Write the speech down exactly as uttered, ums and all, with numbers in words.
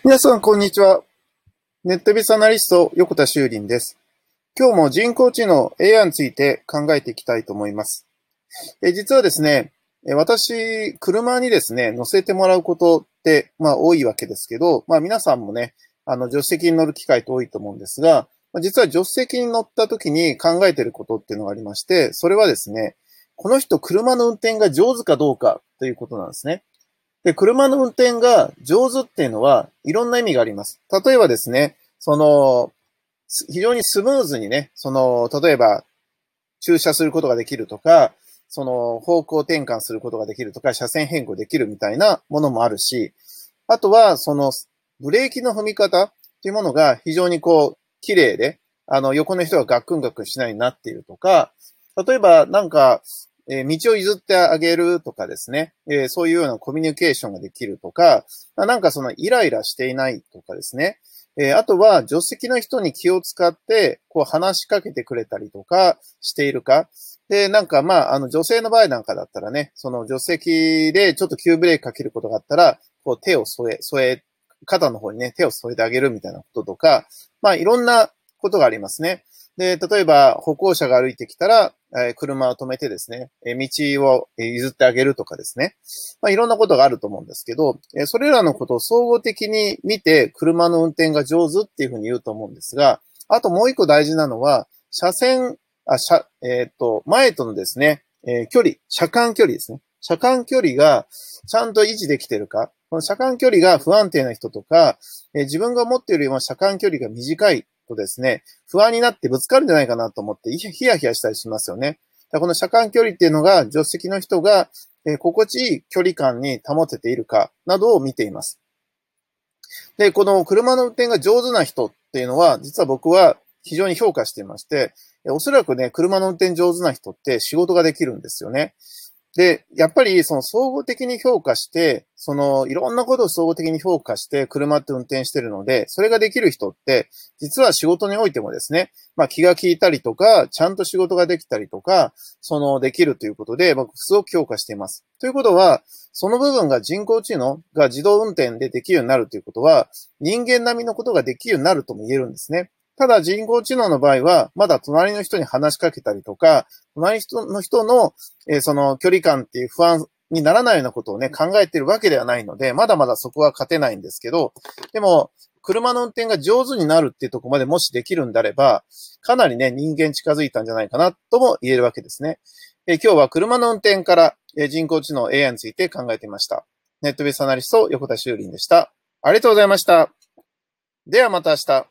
皆さん、こんにちは。ネットビスアナリスト、横田修林です。今日も人工知能 エーアイ について考えていきたいと思います。え実はですね、私、車にですね、乗せてもらうことって、まあ、多いわけですけど、まあ、皆さんもね、あの、助手席に乗る機会って多いと思うんですが、実は助手席に乗った時に考えていることっていうのがありまして、それはですね、この人、車の運転が上手かどうかということなんですね。で、車の運転が上手っていうのはいろんな意味があります。例えばですね、その、非常にスムーズにね、その、例えば駐車することができるとか、その方向転換することができるとか、車線変更できるみたいなものもあるし、あとは、その、ブレーキの踏み方っていうものが非常にこう、綺麗で、あの、横の人がガックンガックンしないようになっているとか、例えば、なんか、えー道を譲ってあげるとかですね、えーそういうようなコミュニケーションができるとか、なんかそのイライラしていないとかですね、えーあとは助手席の人に気を使って、こう話しかけてくれたりとかしているか。で、なんかまあ、あの女性の場合なんかだったらね、その助手席でちょっと急ブレーキかけることがあったら、こう手を添え、添え、肩の方にね、手を添えてあげるみたいなこととか、まあいろんなことがありますね。で、例えば歩行者が歩いてきたら、えー車を止めてですね、えー道を譲ってあげるとかですね。まあいろんなことがあると思うんですけど、えーそれらのことを総合的に見て車の運転が上手っていうふうに言うと思うんですが、あともう一個大事なのは、車線、あ、車、えーっと、前とのですね、えー距離、車間距離ですね。車間距離がちゃんと維持できているか。この車間距離が不安定な人とか、えー自分が持っているよりも車間距離が短いとですね、不安になってぶつかるんじゃないかなと思って、ヒヤヒヤしたりしますよね。だからこの車間距離っていうのが、助手席の人が、えー心地いい距離感に保てているかなどを見ています。で、この車の運転が上手な人っていうのは、実は僕は非常に評価していまして、おそらくね、車の運転上手な人って仕事ができるんですよね。で、やっぱりその総合的に評価して、そのいろんなことを総合的に評価して車って運転してるので、それができる人って、実は仕事においてもですね、まあ気が利いたりとか、ちゃんと仕事ができたりとか、そのできるということで、僕すごく評価しています。ということは、その部分が人工知能が自動運転でできるようになるということは、人間並みのことができるようになるとも言えるんですね。ただ人工知能の場合は、まだ隣の人に話しかけたりとか、隣の人のえーその距離感っていう不安にならないようなことをね、考えてるわけではないので、まだまだそこは勝てないんですけど、でも、車の運転が上手になるっていうところまでもしできるんであれば、かなりね、人間近づいたんじゃないかなとも言えるわけですね。えー今日は車の運転から、えー人工知能 エーアイ について考えてみました。ネットベースアナリスト横田修林でした。ありがとうございました。ではまた明日。